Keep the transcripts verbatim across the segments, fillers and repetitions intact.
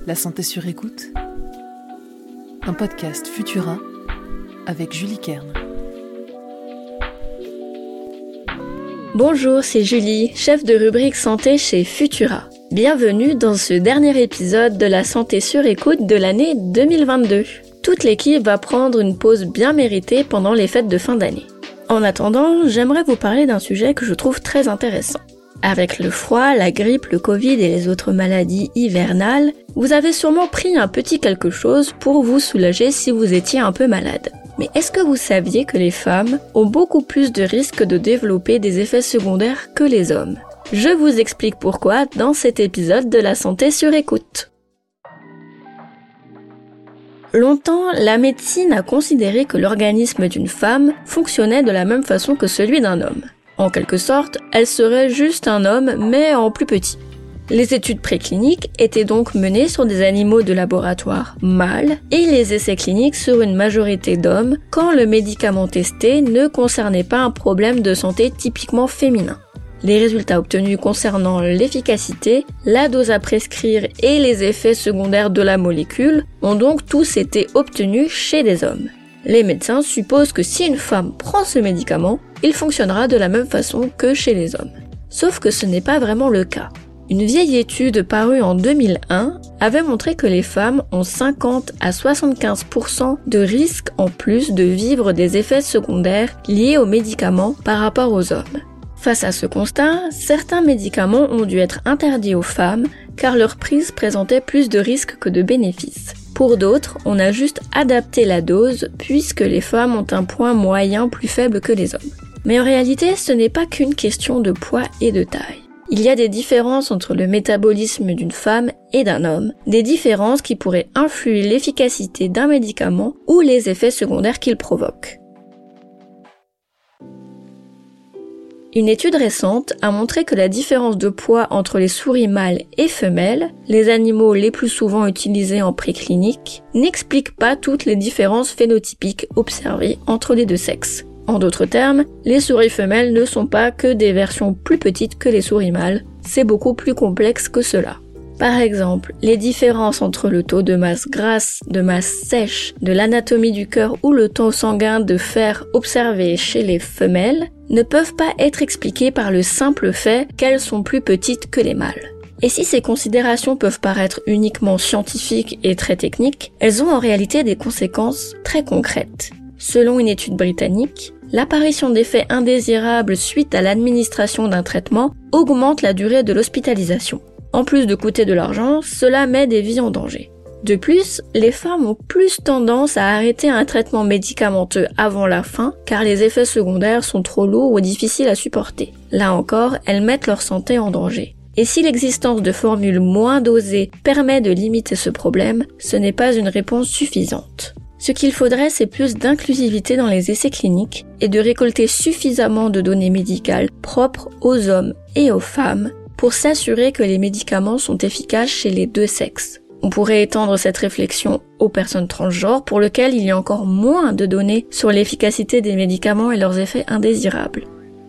La santé sur écoute, un podcast Futura avec Julie Kern. Bonjour, c'est Julie, chef de rubrique santé chez Futura. Bienvenue dans ce dernier épisode de la santé sur écoute de l'année deux mille vingt-deux. Toute l'équipe va prendre une pause bien méritée pendant les fêtes de fin d'année. En attendant, j'aimerais vous parler d'un sujet que je trouve très intéressant. Avec le froid, la grippe, le Covid et les autres maladies hivernales, vous avez sûrement pris un petit quelque chose pour vous soulager si vous étiez un peu malade. Mais est-ce que vous saviez que les femmes ont beaucoup plus de risques de développer des effets secondaires que les hommes ? Je vous explique pourquoi dans cet épisode de la santé sur écoute. Longtemps, la médecine a considéré que l'organisme d'une femme fonctionnait de la même façon que celui d'un homme. En quelque sorte, elle serait juste un homme, mais en plus petit. Les études précliniques étaient donc menées sur des animaux de laboratoire mâles et les essais cliniques sur une majorité d'hommes quand le médicament testé ne concernait pas un problème de santé typiquement féminin. Les résultats obtenus concernant l'efficacité, la dose à prescrire et les effets secondaires de la molécule ont donc tous été obtenus chez des hommes. Les médecins supposent que si une femme prend ce médicament, il fonctionnera de la même façon que chez les hommes. Sauf que ce n'est pas vraiment le cas. Une vieille étude parue en deux mille un avait montré que les femmes ont cinquante à soixante-quinze pour cent de risque en plus de vivre des effets secondaires liés aux médicaments par rapport aux hommes. Face à ce constat, certains médicaments ont dû être interdits aux femmes car leur prise présentait plus de risques que de bénéfices. Pour d'autres, on a juste adapté la dose puisque les femmes ont un poids moyen plus faible que les hommes. Mais en réalité, ce n'est pas qu'une question de poids et de taille. Il y a des différences entre le métabolisme d'une femme et d'un homme, des différences qui pourraient influer l'efficacité d'un médicament ou les effets secondaires qu'il provoque. Une étude récente a montré que la différence de poids entre les souris mâles et femelles, les animaux les plus souvent utilisés en préclinique, n'explique pas toutes les différences phénotypiques observées entre les deux sexes. En d'autres termes, les souris femelles ne sont pas que des versions plus petites que les souris mâles, c'est beaucoup plus complexe que cela. Par exemple, les différences entre le taux de masse grasse, de masse sèche, de l'anatomie du cœur ou le taux sanguin de fer observé chez les femelles ne peuvent pas être expliquées par le simple fait qu'elles sont plus petites que les mâles. Et si ces considérations peuvent paraître uniquement scientifiques et très techniques, elles ont en réalité des conséquences très concrètes. Selon une étude britannique, l'apparition d'effets indésirables suite à l'administration d'un traitement augmente la durée de l'hospitalisation. En plus de coûter de l'argent, cela met des vies en danger. De plus, les femmes ont plus tendance à arrêter un traitement médicamenteux avant la fin car les effets secondaires sont trop lourds ou difficiles à supporter. Là encore, elles mettent leur santé en danger. Et si l'existence de formules moins dosées permet de limiter ce problème, ce n'est pas une réponse suffisante. Ce qu'il faudrait, c'est plus d'inclusivité dans les essais cliniques et de récolter suffisamment de données médicales propres aux hommes et aux femmes pour s'assurer que les médicaments sont efficaces chez les deux sexes. On pourrait étendre cette réflexion aux personnes transgenres pour lesquelles il y a encore moins de données sur l'efficacité des médicaments et leurs effets indésirables.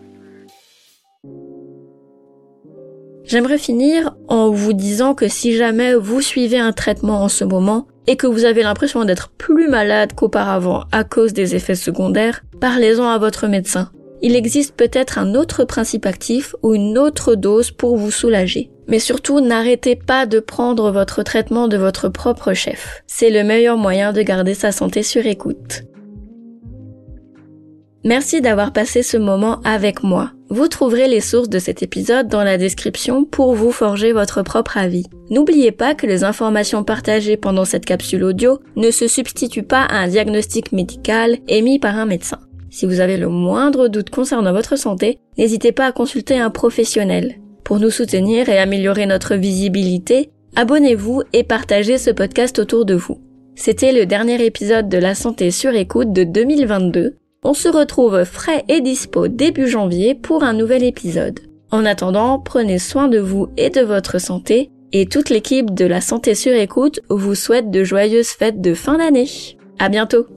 J'aimerais finir en vous disant que si jamais vous suivez un traitement en ce moment et que vous avez l'impression d'être plus malade qu'auparavant à cause des effets secondaires, parlez-en à votre médecin. Il existe peut-être un autre principe actif ou une autre dose pour vous soulager. Mais surtout, n'arrêtez pas de prendre votre traitement de votre propre chef. C'est le meilleur moyen de garder sa santé sur écoute. Merci d'avoir passé ce moment avec moi. Vous trouverez les sources de cet épisode dans la description pour vous forger votre propre avis. N'oubliez pas que les informations partagées pendant cette capsule audio ne se substituent pas à un diagnostic médical émis par un médecin. Si vous avez le moindre doute concernant votre santé, n'hésitez pas à consulter un professionnel. Pour nous soutenir et améliorer notre visibilité, abonnez-vous et partagez ce podcast autour de vous. C'était le dernier épisode de La Santé sur écoute de deux mille vingt-deux. On se retrouve frais et dispo début janvier pour un nouvel épisode. En attendant, prenez soin de vous et de votre santé, et toute l'équipe de La Santé sur écoute vous souhaite de joyeuses fêtes de fin d'année. À bientôt!